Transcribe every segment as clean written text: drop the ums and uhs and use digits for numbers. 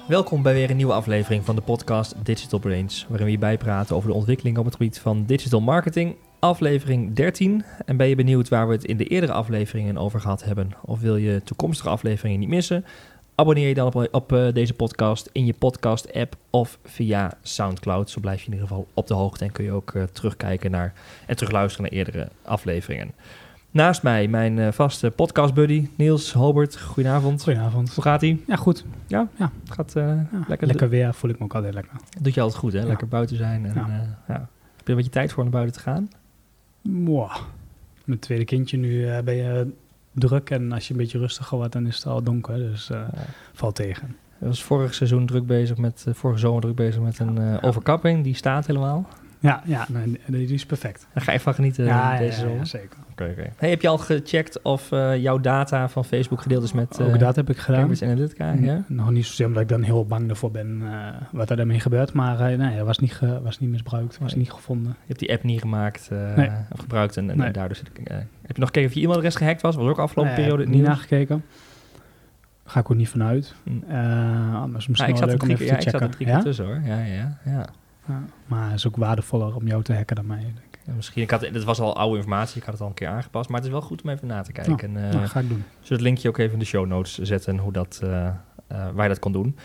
Welkom bij weer een nieuwe aflevering van de podcast Digital Brains, waarin we je bijpraten over de ontwikkeling op het gebied van digital marketing, aflevering 13. En ben je benieuwd waar we het in de eerdere afleveringen over gehad hebben, of wil je toekomstige afleveringen niet missen? Abonneer je dan op deze podcast in je podcast-app of via Soundcloud. Zo blijf je in ieder geval op de hoogte en kun je ook terugkijken naar en terugluisteren naar eerdere afleveringen. Naast mij mijn vaste podcastbuddy Niels Hobert. Goedenavond. Goedenavond. Hoe gaat ie? Ja, goed. Ja? Ja. Gaat Lekker weer, voel ik me ook altijd lekker. Doet je altijd goed, hè? Ja. Lekker buiten zijn. En, Heb je er een beetje tijd voor om naar buiten te gaan? Mwah. Mijn tweede kindje, nu ben je druk en als je een beetje rustiger wordt, dan is het al donker, dus valt tegen. Ik was vorig zomer druk bezig met een overkapping. Die staat helemaal. Ja, nee, die is perfect. Daar ga je van genieten deze zomer? Ja, zeker. Okay. Hey, heb je al gecheckt of jouw data van Facebook gedeeld is met ook dat heb ik gedaan. Cambridge Analytica? Ja? Nog niet zozeer omdat ik dan heel bang ervoor ben wat er daarmee gebeurt, maar nee, was niet misbruikt, was niet gevonden. Je hebt die app niet gemaakt of gebruikt en daardoor zit ik... heb je nog gekeken of je e-mailadres gehackt was? Was ook afgelopen periode niet nagekeken. Ga ik ook niet vanuit. Anders misschien ik wel leuk om even te checken. Ik zat er 3 keer tussen, hoor. Ja. Maar het is ook waardevoller om jou te hacken dan mij, denk ik. Ja, misschien, het was al oude informatie, ik had het al een keer aangepast, maar het is wel goed om even na te kijken. Ga ik doen. Zullen het linkje ook even in de show notes zetten, hoe dat, waar je dat kon doen.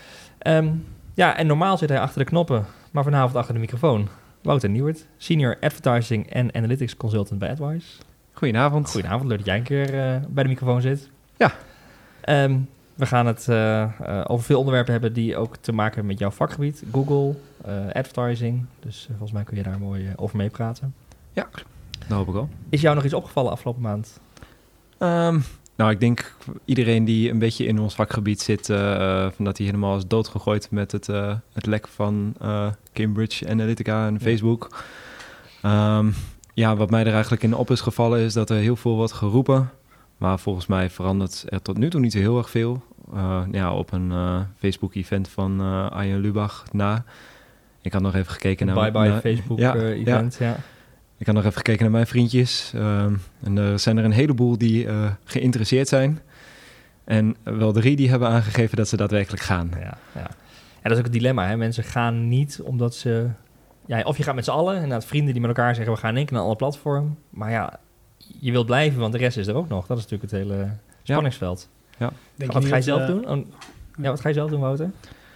En normaal zit hij achter de knoppen, maar vanavond achter de microfoon. Wouter Nieuwert, Senior Advertising en Analytics Consultant bij AdWise. Goedenavond. Goedenavond, leuk dat jij een keer bij de microfoon zit. Ja. We gaan het over veel onderwerpen hebben die ook te maken hebben met jouw vakgebied. Google, advertising. Dus volgens mij kun je daar mooi over meepraten. Ja, dat hoop ik al. Is jou nog iets opgevallen afgelopen maand? Ik denk iedereen die een beetje in ons vakgebied zit, van dat hij helemaal is doodgegooid met het lek van Cambridge Analytica en Facebook. Wat mij er eigenlijk in op is gevallen is dat er heel veel wordt geroepen. Maar volgens mij verandert er tot nu toe niet zo heel erg veel. Op een Facebook-event van Arjen Lubach na. Ik had nog even gekeken naar... Bye-bye Facebook-event, ja. Ik had nog even gekeken naar mijn vriendjes. En er zijn er een heleboel die geïnteresseerd zijn. En wel 3 die hebben aangegeven dat ze daadwerkelijk gaan. Ja. En dat is ook het dilemma, hè. Mensen gaan niet omdat ze... Ja, of je gaat met z'n allen, inderdaad vrienden die met elkaar zeggen... we gaan in één keer naar alle platform. Maar ja, je wilt blijven, want de rest is er ook nog. Dat is natuurlijk het hele spanningsveld. Ja. Wat ga je zelf doen? Wat ga je zelf doen, Wouter?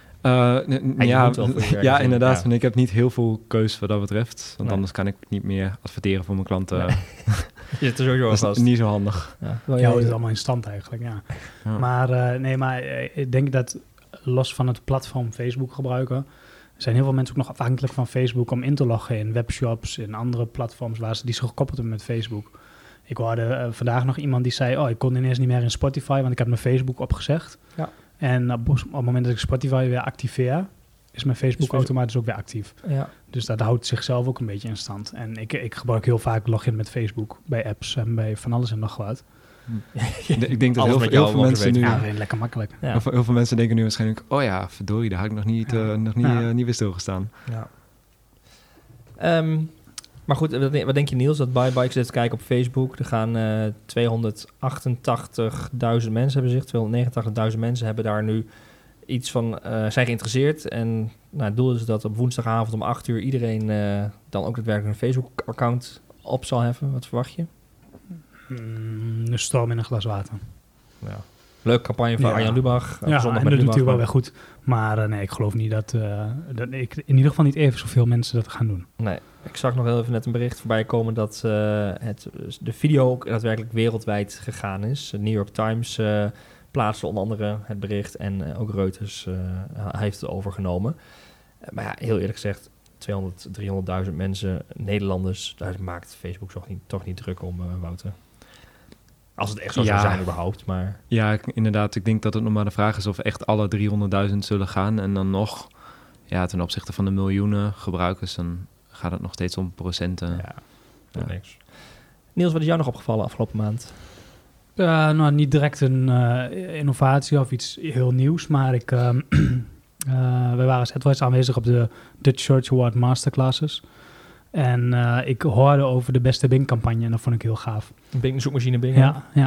Inderdaad. En ik heb niet heel veel keus wat dat betreft. Want anders kan ik niet meer adverteren voor mijn klanten. Nee. Je zit er sowieso dat vast. is niet zo handig. Je houdt het allemaal in stand eigenlijk, ja. Maar ik denk dat los van het platform Facebook gebruiken... zijn heel veel mensen ook nog afhankelijk van Facebook om in te loggen in webshops, in andere platforms die ze gekoppeld hebben met Facebook. Ik hoorde vandaag nog iemand die zei, ik kon ineens niet meer in Spotify, want ik had mijn Facebook opgezegd. Ja. En op het moment dat ik Spotify weer activeer, is mijn Facebook automatisch ook weer actief. Ja. Dus dat houdt zichzelf ook een beetje in stand. En ik gebruik heel vaak login met Facebook bij apps en bij van alles en nog wat. Ik denk dat heel veel mensen nu... Ja, lekker makkelijk. Ja. Heel veel mensen denken nu waarschijnlijk... verdorie, daar had ik nog niet bij stilgestaan. Ja. Maar goed, wat denk je, Niels? Dat ik zit te kijken op Facebook. Er gaan 288.000 mensen hebben zich... 289.000 mensen hebben daar nu iets van... zijn geïnteresseerd. En het doel is dat op woensdagavond om 8 uur... iedereen dan ook daadwerkelijk een Facebook-account op zal heffen. Wat verwacht je? Een storm in een glas water. Ja. Leuke campagne van Arjen Lubach. En dat doet hij wel weer goed. Maar ik geloof niet dat ik in ieder geval niet even zoveel mensen dat gaan doen. Nee, ik zag nog heel even net een bericht voorbij komen dat de video ook daadwerkelijk wereldwijd gegaan is. De New York Times plaatste onder andere het bericht en ook Reuters heeft het overgenomen. Maar ja, heel eerlijk gezegd, 300.000 mensen, Nederlanders, daar maakt Facebook toch niet druk om, Wouter. Als het echt zo zou zijn überhaupt, maar... Ja, inderdaad. Ik denk dat het nog maar de vraag is of echt alle 300.000 zullen gaan. En dan nog, ten opzichte van de miljoenen gebruikers, dan gaat het nog steeds om procenten. Niks. Niels, wat is jou nog opgevallen afgelopen maand? Niet direct een innovatie of iets heel nieuws, maar wij waren als AdWise aanwezig op de Dutch Search Award Masterclasses. En ik hoorde over de beste Bing-campagne en dat vond ik heel gaaf. Bing, zoekmachine Bing? Ja.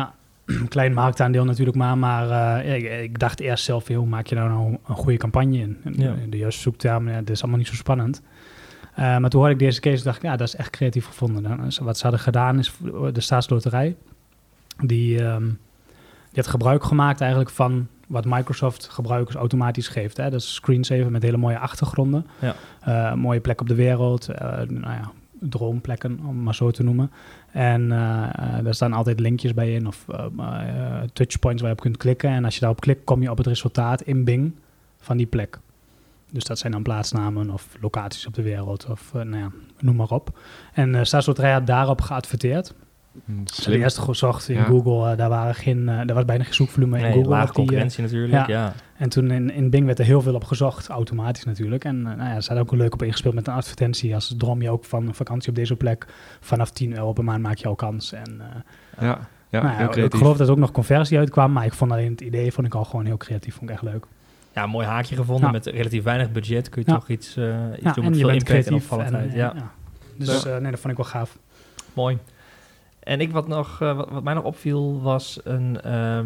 klein marktaandeel natuurlijk maar ik dacht eerst zelf, hoe maak je daar nou een goede campagne in? De juiste zoektermen, dat is allemaal niet zo spannend. Maar toen hoorde ik deze case, dacht ik, dat is echt creatief gevonden. Wat ze hadden gedaan is, de Staatsloterij, die had gebruik gemaakt eigenlijk van wat Microsoft gebruikers automatisch geeft. Hè? Dat is screensaver met hele mooie achtergronden. Ja. Mooie plek op de wereld. Droomplekken, om maar zo te noemen. En daar staan altijd linkjes bij in of touchpoints waar je op kunt klikken. En als je daarop klikt, kom je op het resultaat in Bing van die plek. Dus dat zijn dan plaatsnamen of locaties op de wereld of noem maar op. En Staatsloterij had daarop geadverteerd. Ze hadden eerst gezocht in Google, daar was bijna geen zoekvolume in Google. Lage concurrentie natuurlijk, ja. En toen in Bing werd er heel veel op gezocht, automatisch natuurlijk. En ze hadden ook leuk op ingespeeld met een advertentie. Als droom je ook van een vakantie op deze plek, vanaf €10 per maand maak je al kans. En, heel creatief. Ik geloof dat er ook nog conversie uitkwam, maar ik vond alleen het idee al gewoon heel creatief, vond ik echt leuk. Ja, een mooi haakje gevonden. Met relatief weinig budget kun je toch iets doen met veel impact creatief en opvallendheid. Dus dat vond ik wel gaaf. Mooi. En wat mij nog opviel was een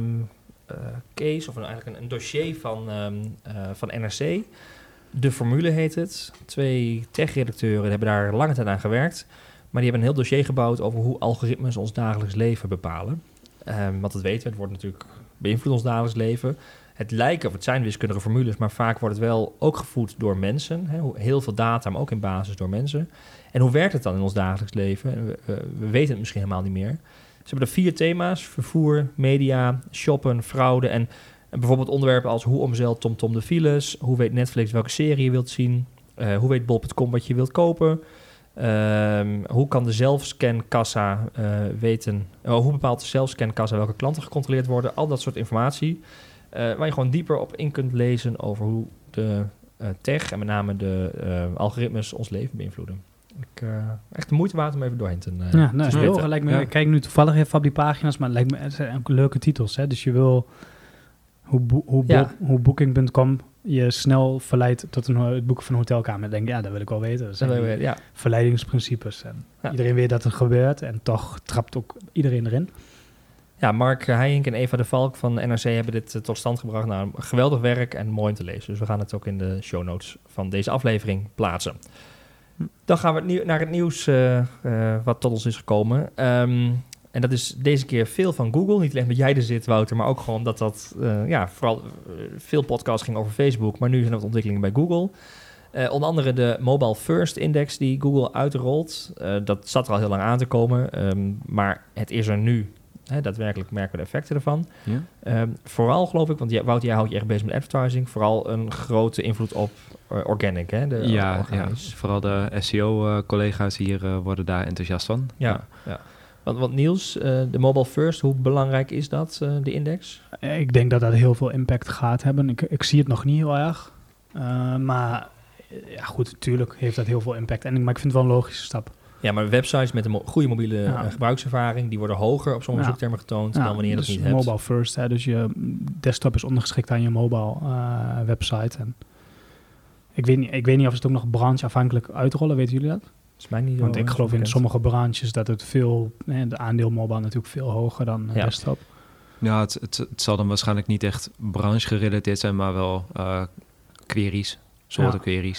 case of eigenlijk een dossier van NRC. De Formule heet het. 2 tech-redacteuren hebben daar lange tijd aan gewerkt. Maar die hebben een heel dossier gebouwd over hoe algoritmes ons dagelijks leven bepalen. Want dat weten we, het wordt natuurlijk beïnvloed ons dagelijks leven. Het lijken of het zijn wiskundige formules, maar vaak wordt het wel ook gevoed door mensen. Heel veel data, maar ook in basis door mensen. En hoe werkt het dan in ons dagelijks leven? We weten het misschien helemaal niet meer. Ze hebben er 4 thema's: vervoer, media, shoppen, fraude en bijvoorbeeld onderwerpen als hoe omzeilt TomTom de files, hoe weet Netflix welke serie je wilt zien, hoe weet bol.com wat je wilt kopen, hoe kan de zelfscankassa weten, hoe bepaalt de zelfscankassa welke klanten gecontroleerd worden, al dat soort informatie. Waar je gewoon dieper op in kunt lezen over hoe de tech en met name de algoritmes ons leven beïnvloeden. Echt de moeite waard om even doorheen te lijkt me. Ik kijk nu toevallig even op die pagina's, maar het zijn ook leuke titels. Hè? Dus je wil hoe Booking.com je snel verleidt tot het boeken van een hotelkamer. Dan denk ik, dat wil ik wel weten. Dat zijn verleidingsprincipes. En iedereen weet dat er gebeurt en toch trapt ook iedereen erin. Ja, Mark Heijink en Eva de Valk van NRC hebben dit tot stand gebracht. Nou, geweldig werk en mooi om te lezen. Dus we gaan het ook in de show notes van deze aflevering plaatsen. Dan gaan we naar het nieuws wat tot ons is gekomen. En dat is deze keer veel van Google. Niet alleen omdat jij er zit, Wouter, maar ook gewoon dat vooral veel podcasts ging over Facebook. Maar nu zijn er wat ontwikkelingen bij Google. Onder andere de Mobile First Index die Google uitrolt. Dat zat er al heel lang aan te komen. Maar het is er nu. Daadwerkelijk merken we de effecten ervan. Ja. Vooral geloof ik, want Wouter, jij houdt je echt bezig met advertising. Vooral een grote invloed op organic. Vooral de SEO-collega's hier worden daar enthousiast van. Ja. Want Niels, de Mobile First, hoe belangrijk is dat, de index? Ik denk dat dat heel veel impact gaat hebben. Ik zie het nog niet heel erg. Maar goed, natuurlijk heeft dat heel veel impact. Maar ik vind het wel een logische stap. Ja, maar websites met een goede mobiele gebruikservaring, die worden hoger op sommige zoektermen getoond dan wanneer je dat niet hebt. Mobile first, dus je desktop is ondergeschikt aan je mobile website. En ik weet niet of ze het ook nog brancheafhankelijk uitrollen, weten jullie dat? Is mij niet. Want ik geloof in sommige branches dat het de aandeel mobile natuurlijk veel hoger dan desktop. Ja, het zal dan waarschijnlijk niet echt branche gerelateerd zijn, maar wel queries, soorten queries.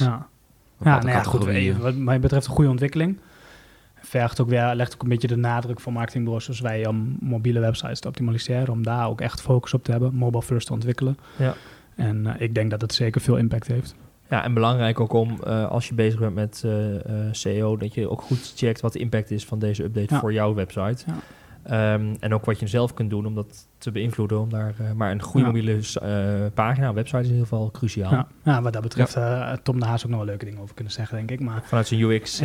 Goed. Wat mij betreft een goede ontwikkeling. Legt ook een beetje de nadruk voor marketingbureaus zoals wij om mobiele websites te optimaliseren, om daar ook echt focus op te hebben, mobile first te ontwikkelen. Ja. En ik denk dat het zeker veel impact heeft. Ja, en belangrijk ook om, als je bezig bent met SEO, dat je ook goed checkt wat de impact is van deze update voor jouw website. Ja. En ook wat je zelf kunt doen om dat te beïnvloeden. Om daar, maar een goede mobiele pagina, website is in ieder geval cruciaal. Ja, wat dat betreft Tom de Haas ook nog wel leuke dingen over kunnen zeggen, denk ik. Maar, vanuit zijn UX.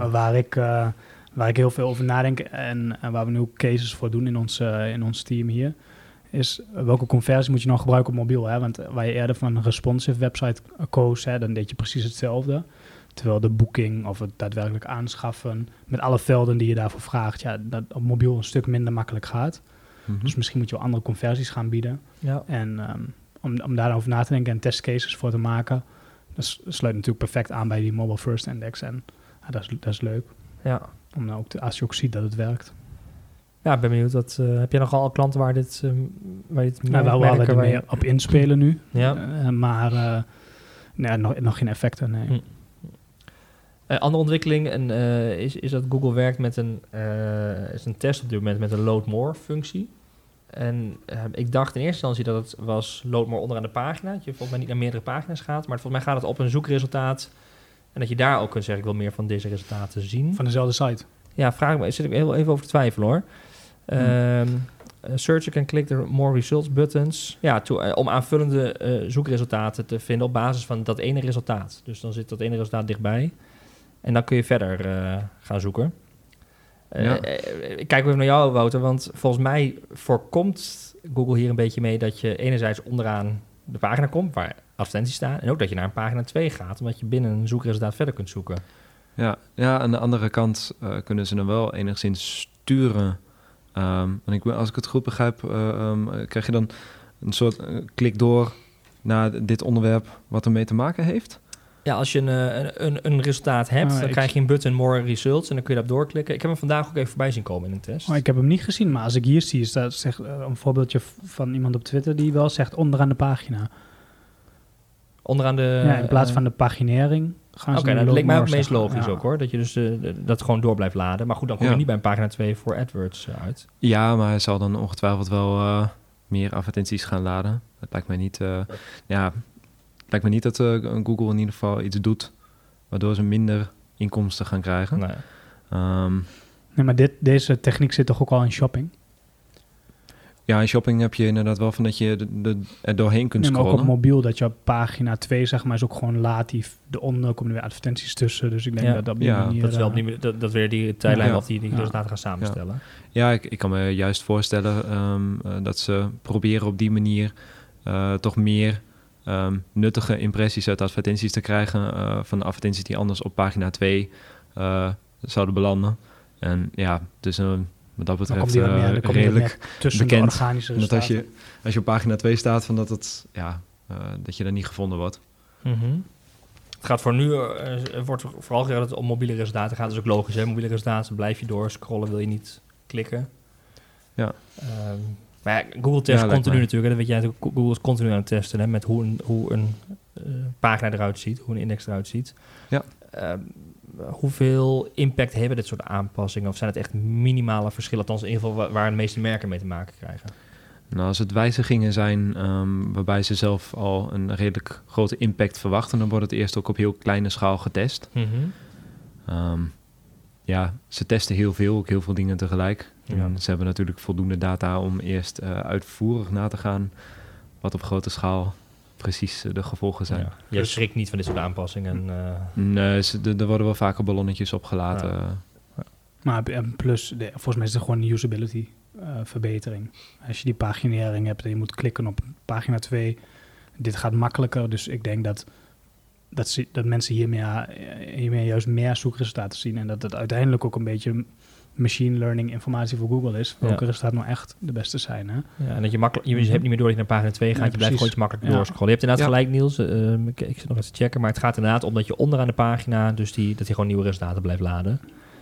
Waar ik heel veel over nadenk en waar we nu ook cases voor doen in ons team hier, is welke conversie moet je nou gebruiken op mobiel? Hè? Want waar je eerder van een responsive website koos, dan deed je precies hetzelfde. Terwijl de boeking of het daadwerkelijk aanschaffen met alle velden die je daarvoor vraagt, dat op mobiel een stuk minder makkelijk gaat. Mm-hmm. Dus misschien moet je wel andere conversies gaan bieden. Ja. En om daarover na te denken en testcases voor te maken, dat sluit natuurlijk perfect aan bij die Mobile First Index. En dat is leuk. Ja. Als je ook ziet dat het werkt. Ja, ik ben benieuwd. Heb je nogal klanten waar dit Waar we er mee op inspelen nu. Ja. Maar nog geen effecten, nee. Andere ontwikkeling is dat Google werkt met een test op dit moment met een load more functie. En ik dacht in eerste instantie dat het was load more onderaan de pagina. Dat je volgens mij niet naar meerdere pagina's gaat. Maar volgens mij gaat het op een zoekresultaat. En dat je daar ook kunt zeggen, ik wil meer van deze resultaten zien. Van dezelfde site. Ja, vraag me. Zit ik heel even over te twijfelen hoor. Search can click the more results buttons. Ja, om aanvullende zoekresultaten te vinden op basis van dat ene resultaat. Dus dan zit dat ene resultaat dichtbij. En dan kun je verder gaan zoeken. Ik kijk even naar jou, Wouter, want volgens mij voorkomt Google hier een beetje mee dat je enerzijds onderaan de pagina komt waar advertenties staan en ook dat je naar een pagina 2 gaat, omdat je binnen een zoekresultaat verder kunt zoeken. Ja, aan de andere kant kunnen ze dan wel enigszins sturen. Als ik het goed begrijp, krijg je dan een soort klik door naar dit onderwerp wat ermee te maken heeft? Ja, als je een resultaat hebt, dan krijg je een button more results en dan kun je daarop doorklikken. Ik heb hem vandaag ook even voorbij zien komen in een test. Ik heb hem niet gezien, maar als ik hier zie, is dat een voorbeeldje van iemand op Twitter die wel zegt onderaan de pagina. Onderaan de... Ja, in plaats van de paginering gaan ze... Oké, dat leek mij ook het meest logisch ook hoor, dat je dus dat gewoon door blijft laden. Maar goed, dan kom je niet bij een pagina 2 voor AdWords uit. Ja, maar hij zal dan ongetwijfeld wel meer advertenties gaan laden. Dat lijkt mij niet... Het lijkt me niet dat Google in ieder geval iets doet waardoor ze minder inkomsten gaan krijgen. Nee, maar deze techniek zit toch ook al in shopping? Ja, in shopping heb je inderdaad wel van dat je er doorheen kunt scrollen. Maar ook op mobiel, dat je op pagina 2 zeg maar is ook gewoon latief. Eronder komen er weer advertenties tussen. Dus ik denk dat op die manier... Dat is wel niet meer, dat weer die tijdlijn of die resultaten gaan samenstellen. Ja, ik kan me juist voorstellen dat ze proberen op die manier toch meer... nuttige impressies uit advertenties te krijgen van de advertenties die anders op pagina 2 zouden belanden. En ja, dus wat dat betreft redelijk tussen bekend. De organische resultaten. Dat als je op pagina 2 staat, van dat je daar niet gevonden wordt. Mm-hmm. Het gaat voor nu, wordt vooral gezegd dat het om mobiele resultaten gaat. Dat is ook logisch, hè? Mobiele resultaten, blijf je door scrollen, wil je niet klikken. Ja. Maar ja, Google test continu natuurlijk. Dat weet jij, Google is continu aan het testen hè, met hoe een pagina eruit ziet, hoe een index eruit ziet. Ja. Hoeveel impact hebben dit soort aanpassingen? Of zijn het echt minimale verschillen? Althans, in ieder geval waar de meeste merken mee te maken krijgen. Nou, als het wijzigingen zijn waarbij ze zelf al een redelijk grote impact verwachten, dan wordt het eerst ook op heel kleine schaal getest. Mm-hmm. Ze testen heel veel dingen tegelijk. Ja. En ze hebben natuurlijk voldoende data om eerst uitvoerig na te gaan wat op grote schaal precies de gevolgen zijn. Ja. Je schrikt niet van dit soort aanpassingen? Nee, er worden wel vaker ballonnetjes opgelaten. Ja. Maar plus, volgens mij is het gewoon een usability verbetering. Als je die paginering hebt en je moet klikken op pagina 2, dit gaat makkelijker. Dus ik denk dat mensen hiermee juist meer zoekresultaten zien. En dat het uiteindelijk ook een beetje machine learning informatie voor Google is. Welke resultaten nou echt de beste zijn. Hè? Ja, en dat je hebt niet meer door dat je naar pagina 2 gaat. Je blijft gewoon iets makkelijk doorscrollen. Je hebt inderdaad gelijk, Niels. Ik zit nog eens te checken. Maar het gaat inderdaad om dat je onderaan de pagina, dus dat hij gewoon nieuwe resultaten blijft laden.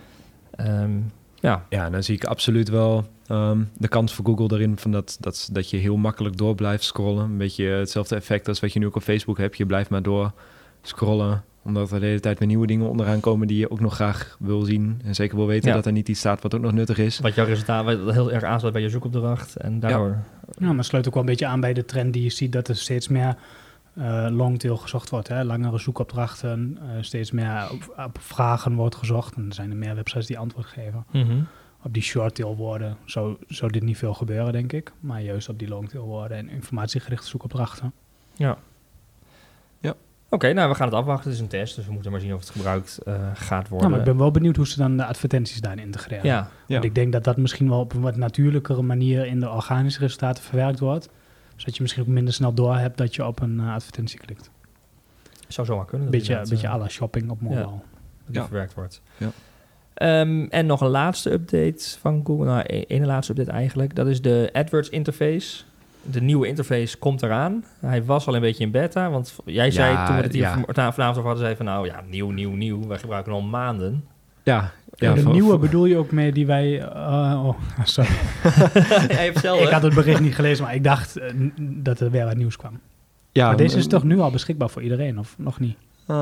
Ja, dan zie ik absoluut wel de kans voor Google erin van dat je heel makkelijk door blijft scrollen. Een beetje hetzelfde effect als wat je nu ook op Facebook hebt. Je blijft maar door scrollen, omdat er de hele tijd weer nieuwe dingen onderaan komen die je ook nog graag wil zien. En zeker wil weten dat er niet iets staat wat ook nog nuttig is. Wat jouw resultaat heel erg aansluit bij je zoekopdracht. En daardoor... Ja, maar sluit ook wel een beetje aan bij de trend die je ziet dat er steeds meer longtail gezocht wordt. Hè? Langere zoekopdrachten, steeds meer op vragen wordt gezocht. En er zijn er meer websites die antwoord geven. Mm-hmm. Op die shorttail woorden zou dit niet veel gebeuren, denk ik. Maar juist op die longtail woorden en informatiegerichte zoekopdrachten. Ja. Oké, nou, we gaan het afwachten. Het is een test, dus we moeten maar zien of het gebruikt gaat worden. Maar ik ben wel benieuwd hoe ze dan de advertenties daarin integreren. Ja. Want ik denk dat misschien wel op een wat natuurlijkere manier in de organische resultaten verwerkt wordt. Zodat je misschien ook minder snel doorhebt dat je op een advertentie klikt. Zou zomaar kunnen. Beetje à la shopping op mobile. Dat die verwerkt wordt. Ja. En nog een laatste update van Google. Nou, één laatste update eigenlijk. Dat is de AdWords interface. De nieuwe interface komt eraan. Hij was al een beetje in beta, want jij zei toen we het hier vanavond over hadden, zei van nieuw. Wij gebruiken al maanden. Ja, de nieuwe bedoel je ook mee die wij... sorry. Ik had het bericht niet gelezen, maar ik dacht dat er weer wat nieuws kwam. Ja, maar deze is toch nu al beschikbaar voor iedereen, of nog niet?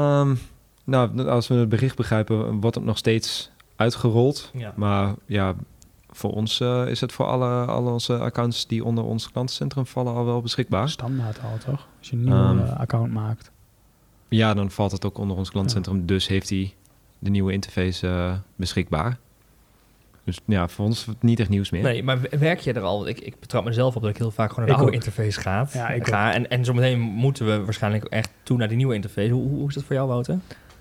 Nou, als we het bericht begrijpen, wordt het nog steeds uitgerold. Ja. Maar ja, voor ons is het voor alle onze accounts die onder ons klantencentrum vallen al wel beschikbaar. Standaard al, toch? Als je een nieuw account maakt. Ja, dan valt het ook onder ons klantencentrum. Ja. Dus heeft hij de nieuwe interface beschikbaar. Dus ja, voor ons niet echt nieuws meer. Nee, maar werk je er al? Ik betrap mezelf op dat ik heel vaak gewoon naar de oude interface ga. En zometeen moeten we waarschijnlijk echt toe naar die nieuwe interface. Hoe is dat voor jou, Wouter?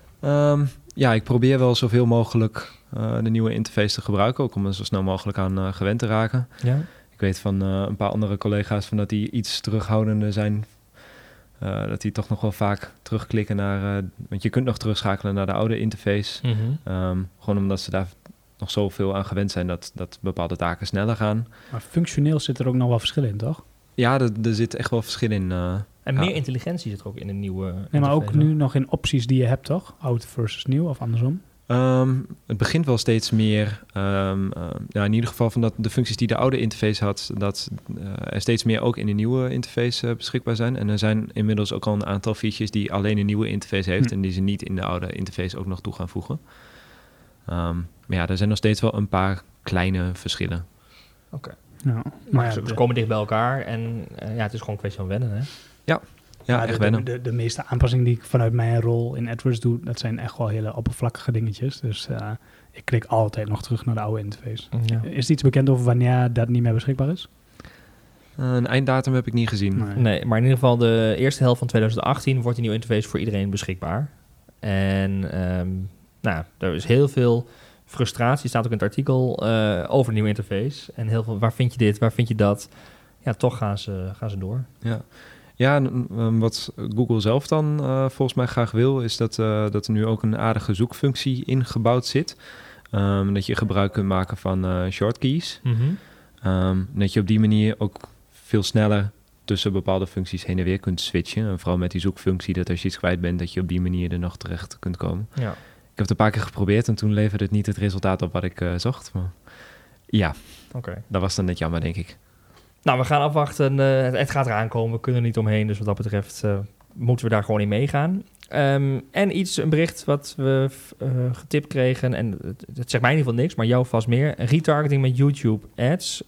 Ja, ik probeer wel zoveel mogelijk de nieuwe interface te gebruiken. Ook om er zo snel mogelijk aan gewend te raken. Ja. Ik weet van een paar andere collega's van dat die iets terughoudender zijn. Dat die toch nog wel vaak terugklikken naar... want je kunt nog terugschakelen naar de oude interface. Mm-hmm. Gewoon omdat ze daar nog zoveel aan gewend zijn dat bepaalde taken sneller gaan. Maar functioneel zit er ook nog wel verschil in, toch? Ja, er zit echt wel verschil in. En meer intelligentie zit er ook in een nieuwe interface. Nee, maar ook nu nog in opties die je hebt, toch? Oud versus nieuw of andersom? Het begint wel steeds meer... in ieder geval van dat de functies die de oude interface had... dat er steeds meer ook in de nieuwe interface beschikbaar zijn. En er zijn inmiddels ook al een aantal features... die alleen een nieuwe interface heeft... en die ze niet in de oude interface ook nog toe gaan voegen. Maar ja, er zijn nog steeds wel een paar kleine verschillen. Oké. Ja, maar ze komen dicht bij elkaar en het is gewoon een kwestie van wennen, hè? Ja, echt wennen. De meeste aanpassingen die ik vanuit mijn rol in AdWords doe, dat zijn echt wel hele oppervlakkige dingetjes. Dus ik klik altijd nog terug naar de oude interface. Ja. Is er iets bekend over wanneer dat niet meer beschikbaar is? Een einddatum heb ik niet gezien. Nee, maar in ieder geval de eerste helft van 2018 wordt die nieuwe interface voor iedereen beschikbaar. En er is heel veel frustratie, staat ook in het artikel, over de nieuwe interface. En heel veel, waar vind je dit, waar vind je dat? Ja, toch gaan ze door. Ja, wat Google zelf dan volgens mij graag wil... is dat er nu ook een aardige zoekfunctie ingebouwd zit. Dat je gebruik kunt maken van shortkeys. Mm-hmm. Dat je op die manier ook veel sneller... tussen bepaalde functies heen en weer kunt switchen. En vooral met die zoekfunctie, dat als je iets kwijt bent... dat je op die manier er nog terecht kunt komen. Ja. Ik heb het een paar keer geprobeerd... en toen leverde het niet het resultaat op wat ik zocht. Maar ja, dat was dan net jammer, denk ik. Nou, we gaan afwachten. Het gaat eraan komen. We kunnen er niet omheen. Dus wat dat betreft moeten we daar gewoon in meegaan. En een bericht wat we getipt kregen. En het zegt mij in ieder geval niks, maar jou vast meer. Retargeting met YouTube ads.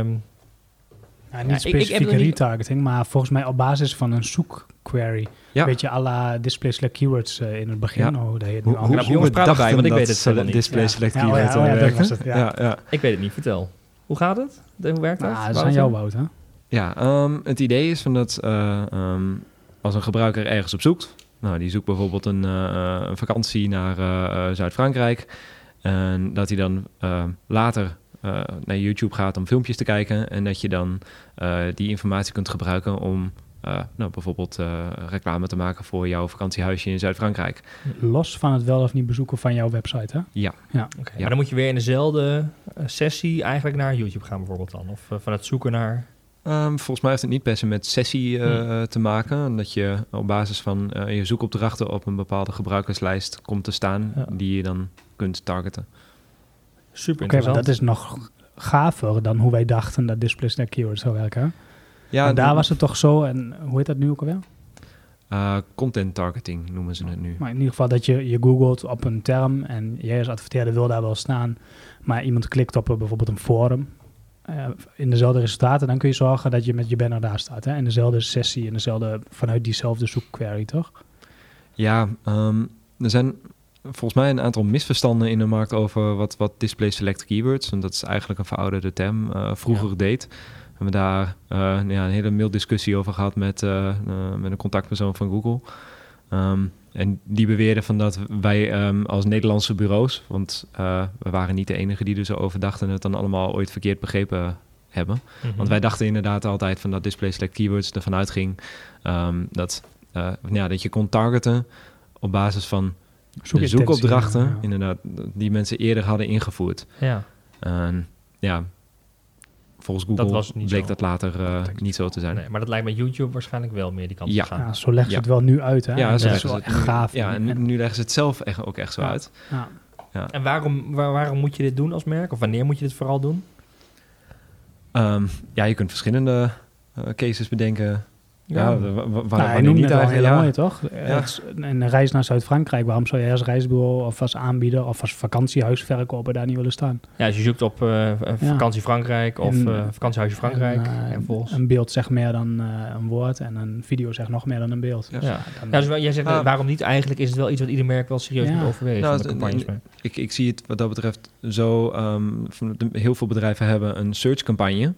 Niet specifieke retargeting, maar volgens mij op basis van een zoekquery. Ja. Weet je, à la display select keywords in het begin. Ja. Dat heet nu jongens, praat erbij, want ik weet het zelf niet. Display select keywords. Dat was het, ja. Ik weet het niet, vertel. Hoe gaat het? Hoe werkt dat? Dat is aan jou, Wout, hè? Ja, het idee is van dat als een gebruiker ergens op zoekt... Nou, die zoekt bijvoorbeeld een vakantie naar Zuid-Frankrijk... en dat hij dan later naar YouTube gaat om filmpjes te kijken... en dat je dan die informatie kunt gebruiken om... bijvoorbeeld reclame te maken voor jouw vakantiehuisje in Zuid-Frankrijk. Los van het wel of niet bezoeken van jouw website, hè? Ja. Okay. Maar dan moet je weer in dezelfde sessie eigenlijk naar YouTube gaan bijvoorbeeld dan? Of van het zoeken naar... Volgens mij heeft het niet per se met sessie te maken. Dat je op basis van je zoekopdrachten op een bepaalde gebruikerslijst komt te staan... die je dan kunt targeten. Super interessant. Dat is nog gaver dan hoe wij dachten dat display select keywords zou werken. Ja, en daar was het toch zo, en hoe heet dat nu ook alweer? Content targeting noemen ze het nu. Maar in ieder geval dat je googelt op een term en jij als adverteerder wil daar wel staan, maar iemand klikt op bijvoorbeeld een forum in dezelfde resultaten, dan kun je zorgen dat je met je banner daar staat. Hè? In dezelfde sessie, vanuit diezelfde zoekquery, toch? Ja, er zijn volgens mij een aantal misverstanden in de markt over wat display select keywords, en dat is eigenlijk een verouderde term, vroeger deed. We hebben daar een hele maildiscussie over gehad met een contactpersoon van Google. En die beweerden van dat wij als Nederlandse bureaus... want we waren niet de enige die er zo over dachten... en het dan allemaal ooit verkeerd begrepen hebben. Mm-hmm. Want wij dachten inderdaad altijd van dat display select keywords ervan uitging... dat je kon targeten op basis van de zoekopdrachten... inderdaad, die mensen eerder hadden ingevoerd. Ja. Volgens Google bleek dat later niet zo te zijn. Nee, maar dat lijkt met YouTube waarschijnlijk wel meer die kant op gaan. Ja, zo leggen ze het wel nu uit, hè? Ja, dat is wel echt gaaf. Ja, en nu leggen ze het zelf ook echt zo uit. Ja. En waarom moet je dit doen als merk? Of wanneer moet je dit vooral doen? Je kunt verschillende cases bedenken. Hij noemde het al een hele mooie, toch? Een reis naar Zuid-Frankrijk. Waarom zou je als reisbureau of als aanbieder of als vakantiehuisverkoper daar niet willen staan? Ja, als je zoekt op vakantie Frankrijk of vakantiehuisje Frankrijk. En een beeld zegt meer dan een woord en een video zegt nog meer dan een beeld. Dus jij zegt, waarom niet? Eigenlijk is het wel iets wat ieder merk wel serieus moet overwegen. Ik zie het wat dat betreft zo. Heel veel bedrijven hebben een search-campagne.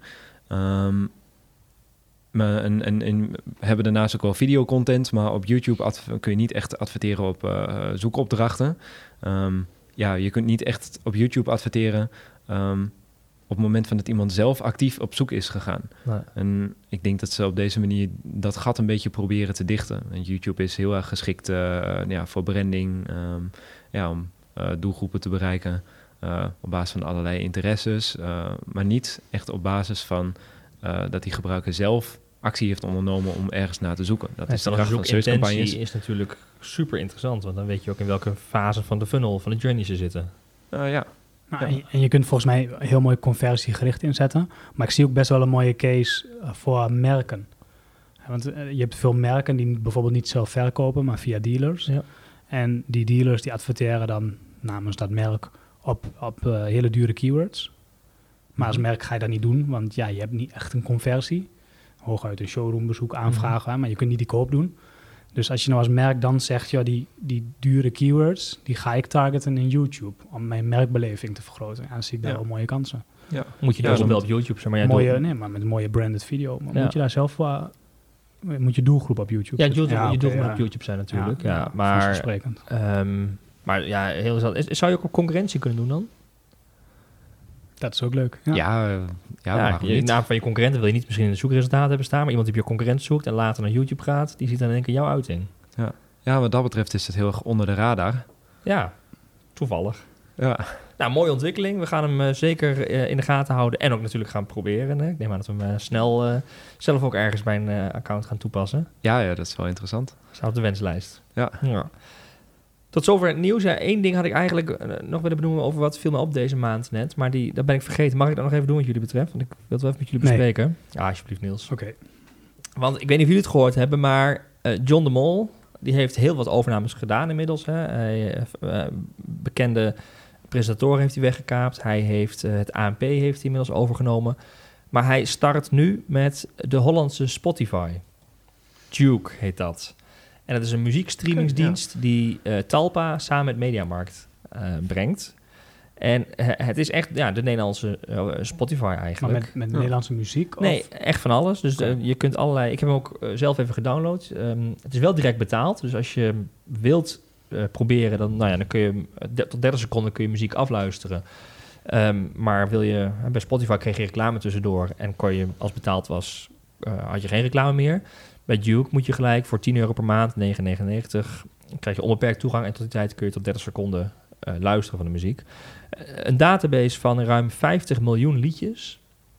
En hebben daarnaast ook wel videocontent, maar op YouTube kun je niet echt adverteren op zoekopdrachten. Je kunt niet echt op YouTube adverteren op het moment van dat iemand zelf actief op zoek is gegaan. Nee. En ik denk dat ze op deze manier dat gat een beetje proberen te dichten. En YouTube is heel erg geschikt voor branding, om doelgroepen te bereiken op basis van allerlei interesses, maar niet echt op basis van dat die gebruiker zelf actie heeft ondernomen om ergens naar te zoeken. Dat is de kracht van search-campagnes. Is natuurlijk super interessant, want dan weet je ook in welke fase van de funnel, van de journey ze zitten. En je kunt volgens mij heel mooi conversiegericht inzetten, maar ik zie ook best wel een mooie case voor merken. Want je hebt veel merken die bijvoorbeeld niet zelf verkopen, maar via dealers. Ja. En die dealers die adverteren dan namens dat merk op hele dure keywords. Maar als merk ga je dat niet doen, want je hebt niet echt een conversie. Hooguit een showroombezoek aanvragen, maar je kunt niet die koop doen. Dus als je nou als merk dan zegt, die dure keywords, die ga ik targeten in YouTube om mijn merkbeleving te vergroten. Dan zie ik daar wel mooie kansen. Ja. Moet je dus wel op YouTube zijn, maar met een mooie branded video. Maar moet je daar zelf moet je doelgroep op YouTube je doelgroep op YouTube zijn natuurlijk. Maar heel interessant. Zou je ook op concurrentie kunnen doen dan? Dat is ook leuk. In naam van je concurrenten wil je niet misschien in de zoekresultaten hebben staan, maar iemand die op je concurrent zoekt en later naar YouTube gaat, die ziet dan in één keer jouw uiting. Ja, wat dat betreft is het heel erg onder de radar. Ja, toevallig. Ja. Nou, mooie ontwikkeling. We gaan hem zeker in de gaten houden en ook natuurlijk gaan proberen. Hè? Ik neem aan dat we hem snel zelf ook ergens bij een account gaan toepassen. Ja, dat is wel interessant. Staat op de wenslijst. Ja. Tot zover het nieuws. Ja, 1 ding had ik eigenlijk nog willen benoemen over wat viel me op deze maand net. Maar dat ben ik vergeten. Mag ik dat nog even doen wat jullie betreft? Want ik wil het wel even met jullie bespreken. Ja, alsjeblieft Niels. Oké. Want ik weet niet of jullie het gehoord hebben, maar John de Mol, die heeft heel wat overnames gedaan inmiddels. Bekende presentatoren heeft hij weggekaapt. Hij heeft het ANP heeft hij inmiddels overgenomen. Maar hij start nu met de Hollandse Spotify. Duke heet dat. En dat is een muziekstreamingsdienst die Talpa samen met Mediamarkt brengt. En het is echt de Nederlandse Spotify eigenlijk. Maar met Nederlandse muziek? Nee, echt van alles. Dus je kunt allerlei... Ik heb hem ook zelf even gedownload. Het is wel direct betaald. Dus als je wilt proberen, dan kun je tot 30 seconden kun je muziek afluisteren. Maar wil je... Bij Spotify kreeg je reclame tussendoor. En kon je, als betaald was, had je geen reclame meer. Bij Duke moet je gelijk voor €10 per maand, €9,99, krijg je onbeperkt toegang en tot die tijd kun je tot 30 seconden luisteren van de muziek. Een database van ruim 50 miljoen liedjes.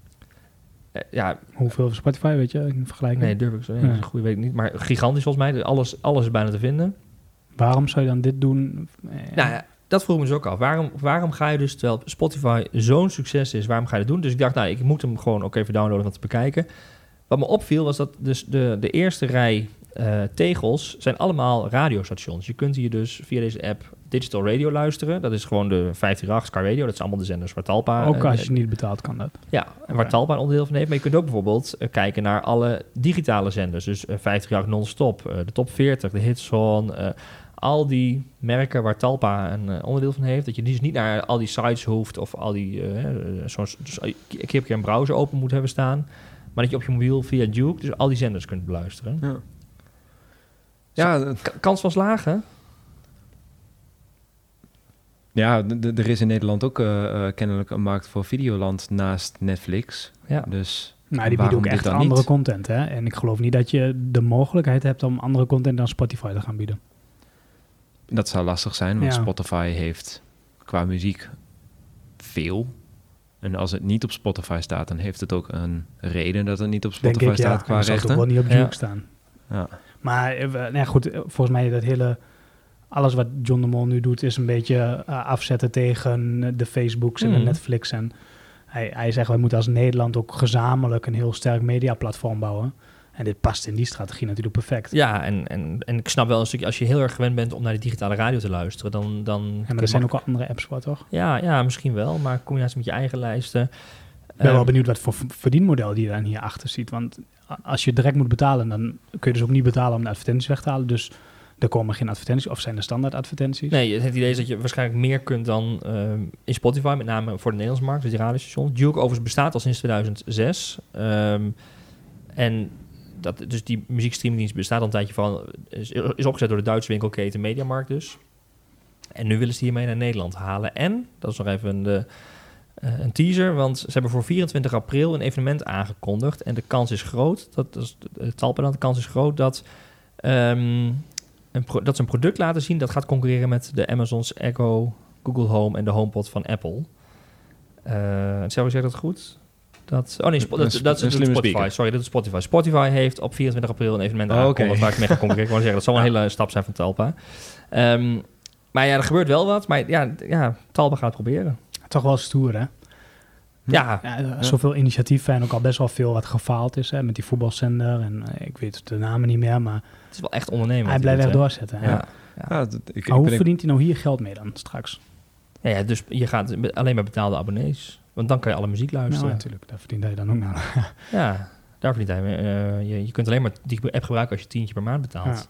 Hoeveel Spotify, weet je, in vergelijking? Nee, durf ik zo. Nee, goed, weet ik niet. Maar gigantisch volgens mij. Alles is bijna te vinden. Waarom zou je dan dit doen? Dat vroeg me dus ook af. Waarom ga je dus, terwijl Spotify zo'n succes is, waarom ga je dat doen? Dus ik dacht, ik moet hem gewoon ook even downloaden om te bekijken. Wat me opviel was dat dus de eerste rij tegels zijn allemaal radiostations. Je kunt hier dus via deze app digital radio luisteren. Dat is gewoon de 538 Sky Radio. Dat zijn allemaal de zenders waar Talpa... Ook als je niet betaalt kan dat. Ja, en waar Talpa een onderdeel van heeft. Maar je kunt ook bijvoorbeeld kijken naar alle digitale zenders. Dus 538 non-stop, de top 40, de Hitson... al die merken waar Talpa een onderdeel van heeft. Dat je dus niet naar al die sites hoeft of al die... ik heb een browser open moet hebben staan... Maar dat je op je mobiel via Duke dus al die zenders kunt beluisteren. Ja. Kans van slagen? Ja, er is in Nederland ook kennelijk een markt voor Videoland naast Netflix. Ja. Dus die bieden ook echt andere content. Hè? En ik geloof niet dat je de mogelijkheid hebt om andere content dan Spotify te gaan bieden. Dat zou lastig zijn, want Spotify heeft qua muziek veel. En als het niet op Spotify staat, dan heeft het ook een reden dat het niet op Spotify staat qua rechten. Het zal ook wel niet op Duke staan. Ja. Maar goed, volgens mij dat hele alles wat John de Mol nu doet is een beetje afzetten tegen de Facebooks en de Netflix. En hij zegt, wij moeten als Nederland ook gezamenlijk een heel sterk mediaplatform bouwen. En dit past in die strategie natuurlijk perfect. Ja, en ik snap wel een stukje, als je heel erg gewend bent om naar de digitale radio te luisteren, dan maar er zijn ook al andere apps voor, toch? Ja, misschien wel, maar in combinatie met je eigen lijsten. Ik ben wel benieuwd wat voor verdienmodel die je dan hierachter ziet. Want als je direct moet betalen, dan kun je dus ook niet betalen om de advertenties weg te halen. Dus er komen geen advertenties, of zijn er standaard advertenties? Nee, het idee is dat je waarschijnlijk meer kunt dan in Spotify, met name voor de Nederlandse markt, dus die radiostations. Duke overigens bestaat al sinds 2006. En dus die muziekstreamingdienst bestaat al een tijdje van, is opgezet door de Duitse winkelketen Mediamarkt dus. En nu willen ze hiermee naar Nederland halen. En, dat is nog even een teaser, want ze hebben voor 24 april een evenement aangekondigd. En de kans is groot, dat is het Talpa dan, de kans is groot dat dat ze een product laten zien dat gaat concurreren met de Amazon's Echo, Google Home en de HomePod van Apple. Zeg dat goed? Dat is Spotify. Speaker. Sorry, dat is Spotify. Spotify heeft op 24 april een evenement aangekondigd waar ik mee ga concurreren. Ik wou zeggen, dat zal een hele stap zijn van Talpa. Maar ja, er gebeurt wel wat. Maar ja, Talpa gaat het proberen. Toch wel stoer, hè? Ja. Zoveel initiatieven en ook al best wel veel wat gefaald is, hè, met die voetbalzender. En ik weet de namen niet meer, maar het is wel echt ondernemen. Hij blijft echt doorzetten. Ja. Maar hoe verdient hij nou hier geld mee dan straks? Ja, dus je gaat alleen maar betaalde abonnees. Want dan kan je alle muziek luisteren. Nou, natuurlijk. Daar verdient hij dan ook naar. Ja, daar verdient hij mee. Je kunt alleen maar die app gebruiken als je $10 per maand betaalt.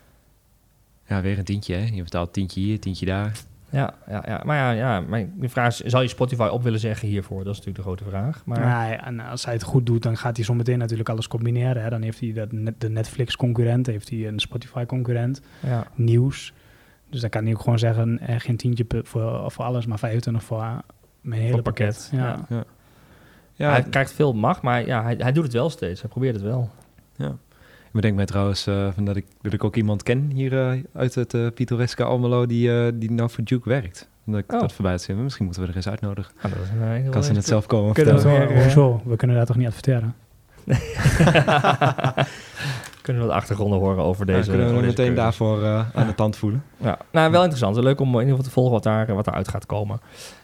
Ja, weer een tientje, hè? Je betaalt tientje hier, tientje daar. Ja. Maar de vraag is, zal je Spotify op willen zeggen hiervoor? Dat is natuurlijk de grote vraag. Maar en als hij het goed doet, dan gaat hij zometeen natuurlijk alles combineren. Hè? Dan heeft hij de Netflix-concurrent, heeft hij een Spotify-concurrent, nieuws. Dus dan kan hij ook gewoon zeggen, geen tientje voor alles, maar 25 voor mijn hele pakket. Ja. Hij krijgt veel macht, maar ja, hij doet het wel steeds. Hij probeert het wel. Ja. Ik bedenk mij trouwens dat ik ook iemand ken hier uit het pittoreske Almelo die nou voor Duke werkt. Dat ik dat voorbij zie. Misschien moeten we er eens uitnodigen. Kan ze het zelf komen vertellen. Hoezo? We kunnen daar toch niet adverteren? Kunnen we wat achtergronden horen over deze... kunnen we meteen keuze. Daarvoor aan de tand voelen. Ja, nou, wel interessant. Leuk om in ieder geval te volgen wat daaruit gaat komen.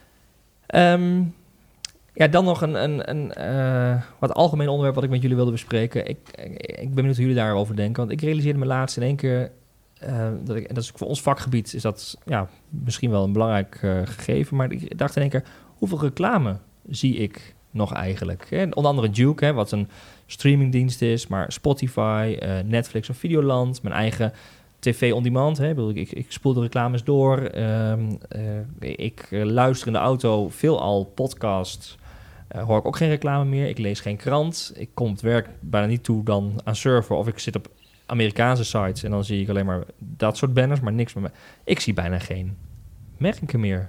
Dan nog een wat algemeen onderwerp wat ik met jullie wilde bespreken. Ik ben benieuwd hoe jullie daarover denken. Want ik realiseerde me laatst in één keer... en dat is voor ons vakgebied is dat misschien wel een belangrijk gegeven. Maar ik dacht in één keer, hoeveel reclame zie ik nog eigenlijk? Onder andere Duke, wat een streamingdienst is. Maar Spotify, Netflix of Videoland. Mijn eigen TV on demand. Ik spoel de reclames door. Ik luister in de auto veelal podcast. Hoor ik ook geen reclame meer. Ik lees geen krant. Ik kom het werk bijna niet toe dan aan surfen. Of ik zit op Amerikaanse sites en dan zie ik alleen maar dat soort banners, maar niks meer. Ik zie bijna geen merken meer.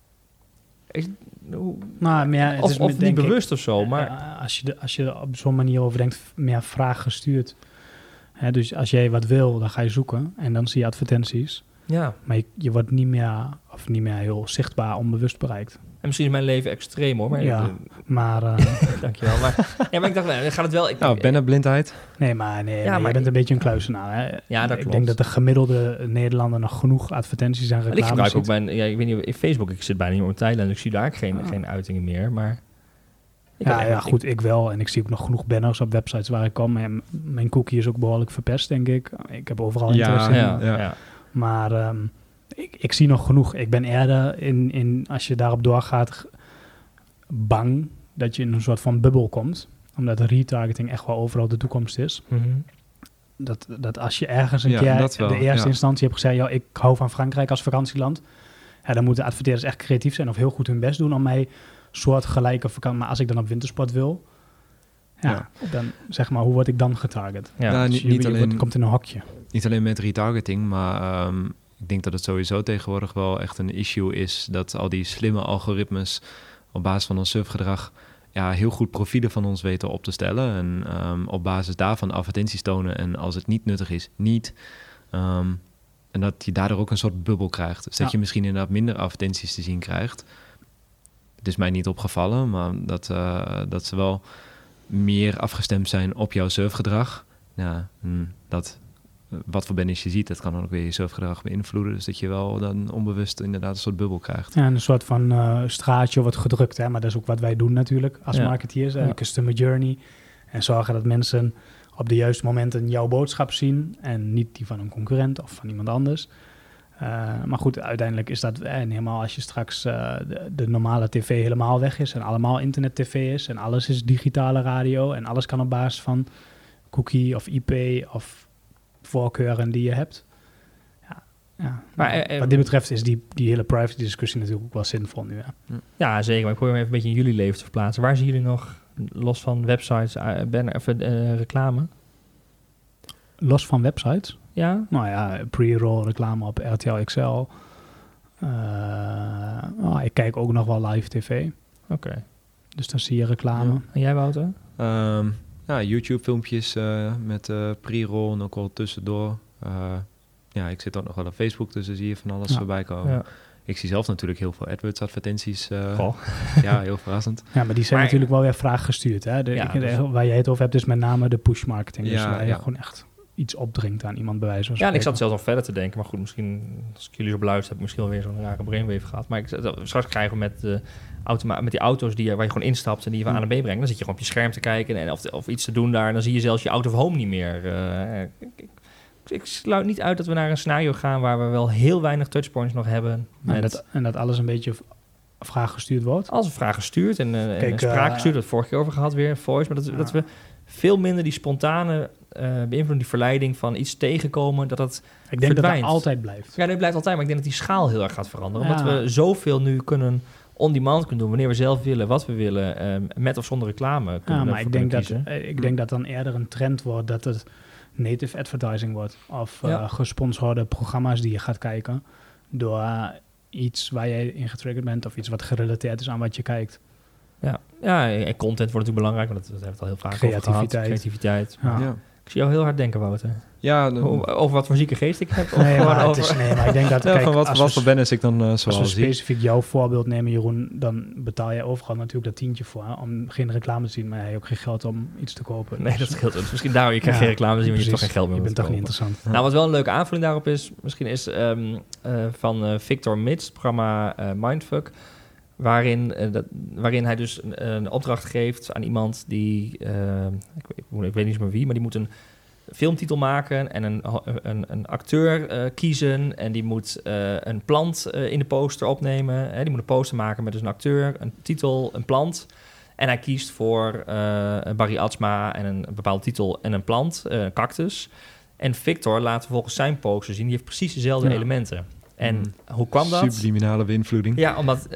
Of niet bewust of zo, maar... Als je op zo'n manier over denkt, meer vraag gestuurd. Dus als jij wat wil, dan ga je zoeken en dan zie je advertenties. Ja. Maar je wordt niet meer heel zichtbaar onbewust bereikt. En misschien is mijn leven extreem hoor. Maar dankjewel. Maar ik dacht, gaat het wel... Bennenblindheid. Maar je bent een beetje een kluisenaar. Hè? Ja, dat klopt. Ik denk dat de gemiddelde Nederlander nog genoeg advertenties en reclames ik gebruik ook ik weet niet, in Facebook, ik zit bijna niet meer op Thailand, dus ik zie daar geen uitingen meer, maar... Goed, ik wel. En ik zie ook nog genoeg banners op websites waar ik kom. En mijn cookie is ook behoorlijk verpest, denk ik. Ik heb overal interesse in. Maar ik zie nog genoeg. Ik ben eerder als je daarop doorgaat, bang dat je in een soort van bubbel komt. Omdat de retargeting echt wel overal de toekomst is. Mm-hmm. Dat als je ergens een keer de eerste instantie hebt gezegd, ik hou van Frankrijk als vakantieland. Dan moeten adverteerders echt creatief zijn of heel goed hun best doen om mij soortgelijke vakantie. Maar als ik dan op wintersport wil, dan zeg maar, hoe word ik dan getarget? Ja, dus je komt in een hokje. Niet alleen met retargeting, maar ik denk dat het sowieso tegenwoordig wel echt een issue is dat al die slimme algoritmes op basis van ons surfgedrag heel goed profielen van ons weten op te stellen en op basis daarvan advertenties tonen en als het niet nuttig is, niet. En dat je daardoor ook een soort bubbel krijgt. Dus dat je misschien inderdaad minder advertenties te zien krijgt. Het is mij niet opgevallen, maar dat ze wel meer afgestemd zijn op jouw surfgedrag. Ja, dat wat voor banners je ziet, dat kan dan ook weer je surfgedrag beïnvloeden. Dus dat je wel dan onbewust inderdaad een soort bubbel krijgt. Ja, een soort van straatje wordt gedrukt, hè? Maar dat is ook wat wij doen natuurlijk als marketeers. Customer journey. En zorgen dat mensen op de juiste momenten jouw boodschap zien en niet die van een concurrent of van iemand anders. Maar goed, uiteindelijk is dat helemaal als je straks de normale tv helemaal weg is en allemaal internet-tv is en alles is digitale radio en alles kan op basis van cookie of IP of voorkeuren die je hebt. Ja. Maar wat dit betreft is die hele privacy-discussie natuurlijk ook wel zinvol nu. Ja, ja zeker. Maar ik probeer me even een beetje in jullie leven te verplaatsen. Waar zien jullie nog, los van websites, reclame? Los van websites? Ja? Nou ja, pre-roll reclame op RTL XL. Ik kijk ook nog wel live tv. Oké. Dus dan zie je reclame. Ja. En jij, Wouter? YouTube-filmpjes met pre-roll en ook wel tussendoor. Ik zit ook nog wel op Facebook, dus dan zie je van alles voorbij komen. Ja. Ik zie zelf natuurlijk heel veel AdWords-advertenties. Ja, heel verrassend. Ja, maar die zijn natuurlijk wel weer vraaggestuurd. Hè? Waar jij het over hebt is met name de push-marketing. Dus waar je gewoon echt iets opdringt aan iemand bij wijze van spreken. Ja, en ik zat zelfs nog verder te denken. Maar goed, misschien als ik jullie zo beluister, heb ik misschien wel weer zo'n rare brainwave gehad. Maar straks krijgen we met die auto's waar je gewoon instapt en die je van A naar B brengt. Dan zit je gewoon op je scherm te kijken en of iets te doen daar. En dan zie je zelfs je out of home niet meer. Ik sluit niet uit dat we naar een scenario gaan waar we wel heel weinig touchpoints nog hebben. En dat alles een beetje vraag gestuurd wordt? Als een vraag gestuurd en spraak gestuurd, dat vorige keer over gehad weer, voice. Maar dat we veel minder die spontane beïnvloeding, die verleiding van iets tegenkomen, dat het Ik denk verdwijnt. Dat altijd blijft. Ja, dat blijft altijd, maar ik denk dat die schaal heel erg gaat veranderen. Omdat we zoveel nu kunnen on-demand kunnen doen, wanneer we zelf willen, wat we willen, met of zonder reclame. Maar ik denk dat dan eerder een trend wordt dat het native advertising wordt. Of gesponsorde programma's die je gaat kijken door iets waar jij in getriggerd bent of iets wat gerelateerd is aan wat je kijkt. Ja, en content wordt natuurlijk belangrijk, want dat hebben we het al heel vaak over gehad. Creativiteit. Ja. Ik zie jou heel hard denken, Wouter. Ja, over wat voor zieke geest ik heb? Maar ik denk dat... Kijk, wat voor banners ik dan zoal zie. Als we specifiek jouw voorbeeld nemen, Jeroen, dan betaal je overal natuurlijk dat tientje voor, om geen reclame te zien, maar je hebt ook geen geld om iets te kopen. Nee, dat scheelt. Dus misschien daarom, je krijgt geen reclame te zien, maar je hebt toch geen geld meer. Je bent toch niet interessant. Nou, wat wel een leuke aanvulling daarop is, misschien is van Victor Mits, het programma Mindfuck, waarin hij dus een opdracht geeft aan iemand die, ik weet niet meer wie, maar die moet een filmtitel maken en een acteur kiezen en die moet een plant in de poster opnemen. Die moet een poster maken met dus een acteur, een titel, een plant. En hij kiest voor Barry Atsma en een bepaalde titel en een plant, een cactus. En Victor laat vervolgens zijn poster zien. Die heeft precies dezelfde elementen. En hoe kwam dat? Subliminale beïnvloeding. Ja, omdat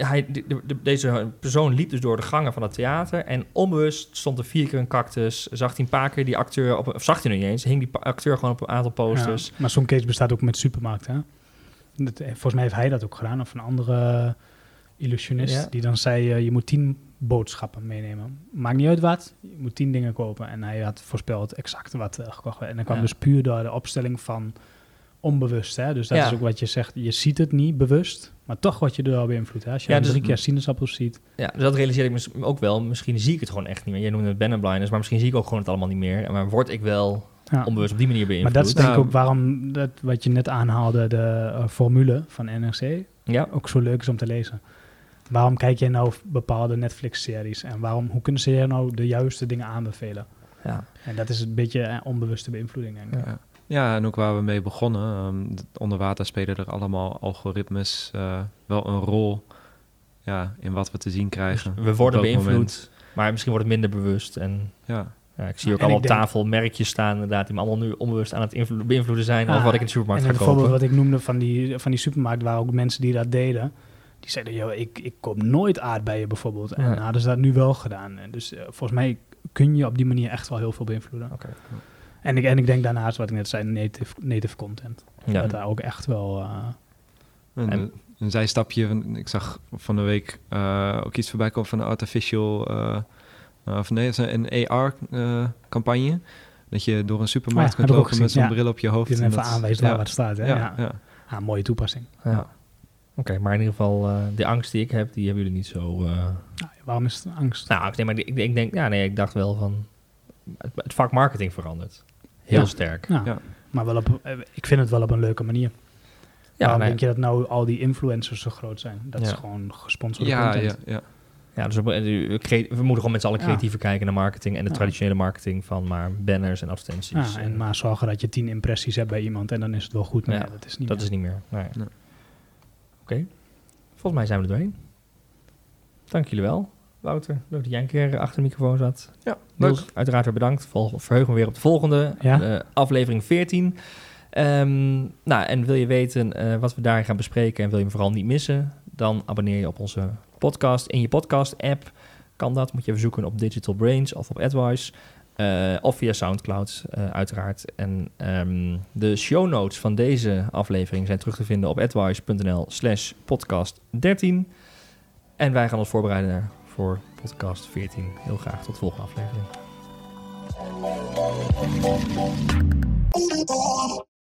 deze persoon liep dus door de gangen van het theater en onbewust stond er 4 keer een cactus. Zag hij een paar keer die acteur, of zag hij nog niet eens, hing die acteur gewoon op een aantal posters. Ja, maar zo'n case bestaat ook met supermarkten, hè? Volgens mij heeft hij dat ook gedaan, of een andere illusionist die dan zei, je moet 10 boodschappen meenemen. Maakt niet uit wat, je moet 10 dingen kopen. En hij had voorspeld exact wat gekocht werd. En dat kwam dus puur door de opstelling van onbewust, hè? Dus dat is ook wat je zegt. Je ziet het niet bewust, maar toch word je er wel beïnvloed. Hè? Als je 3 keer sinaasappels ziet. Ja, dus dat realiseer ik me ook wel. Misschien zie ik het gewoon echt niet meer. Jij noemde het Banner blindness, maar misschien zie ik ook gewoon het allemaal niet meer. Maar word ik wel onbewust op die manier beïnvloed. Maar dat is denk ik ook waarom, wat je net aanhaalde, de formule van NRC, ook zo leuk is om te lezen. Waarom kijk jij nou bepaalde Netflix-series? En hoe kunnen ze je nou de juiste dingen aanbevelen? Ja. En dat is een beetje onbewuste beïnvloeding, denk ik. Ja, en ook waar we mee begonnen. Onder water spelen er allemaal algoritmes wel een rol in wat we te zien krijgen. Dus we worden beïnvloed, maar misschien wordt het minder bewust. En ik zie ook allemaal op tafel merkjes staan, inderdaad, die me allemaal nu onbewust aan het beïnvloeden zijn over wat ik in de supermarkt ga kopen. En bijvoorbeeld wat ik noemde van die supermarkt, waren ook mensen die dat deden. Die zeiden, ik koop nooit aardbeien bijvoorbeeld. En hadden ze dat nu wel gedaan. En dus volgens mij kun je op die manier echt wel heel veel beïnvloeden. Okay. En ik denk daarnaast, wat ik net zei, native content. Dat daar ook echt wel... Een zijstapje, ik zag van de week ook iets voorbij komen van een artificial... een AR-campagne. Dat je door een supermarkt kunt lopen met zo'n bril op je hoofd. Die dan even aanwijst waar het staat. Hè? Ja, mooie toepassing. Ja. Oké, maar in ieder geval, de angst die ik heb, die hebben jullie niet zo... waarom is het angst? Nou, ik dacht wel van... Het vak marketing verandert. Heel sterk. Ja. Maar ik vind het wel op een leuke manier. Ja, Waarom denk je dat nou al die influencers zo groot zijn? Dat is gewoon gesponsorde content. Ja, dus we moeten gewoon met z'n allen creatiever kijken naar marketing en de traditionele marketing van maar banners en advertenties. Ja, en maar zorgen dat je 10 impressies hebt bij iemand en dan is het wel goed. Maar dat is niet meer. Nee. Oké. Volgens mij zijn we er doorheen. Dank jullie wel, Wouter. Leuk dat jij een keer achter de microfoon zat. Ja, Niels, leuk. uiteraard weer bedankt. Verheug me weer op de volgende, aflevering 14. En wil je weten wat we daar gaan bespreken en wil je hem vooral niet missen, dan abonneer je op onze podcast. In je podcast-app kan dat. Moet je even zoeken op Digital Brains of op AdWise. Of via Soundcloud, uiteraard. En de show notes van deze aflevering zijn terug te vinden op adwise.nl/podcast13. En wij gaan ons voorbereiden voor podcast 14. Heel graag tot de volgende aflevering.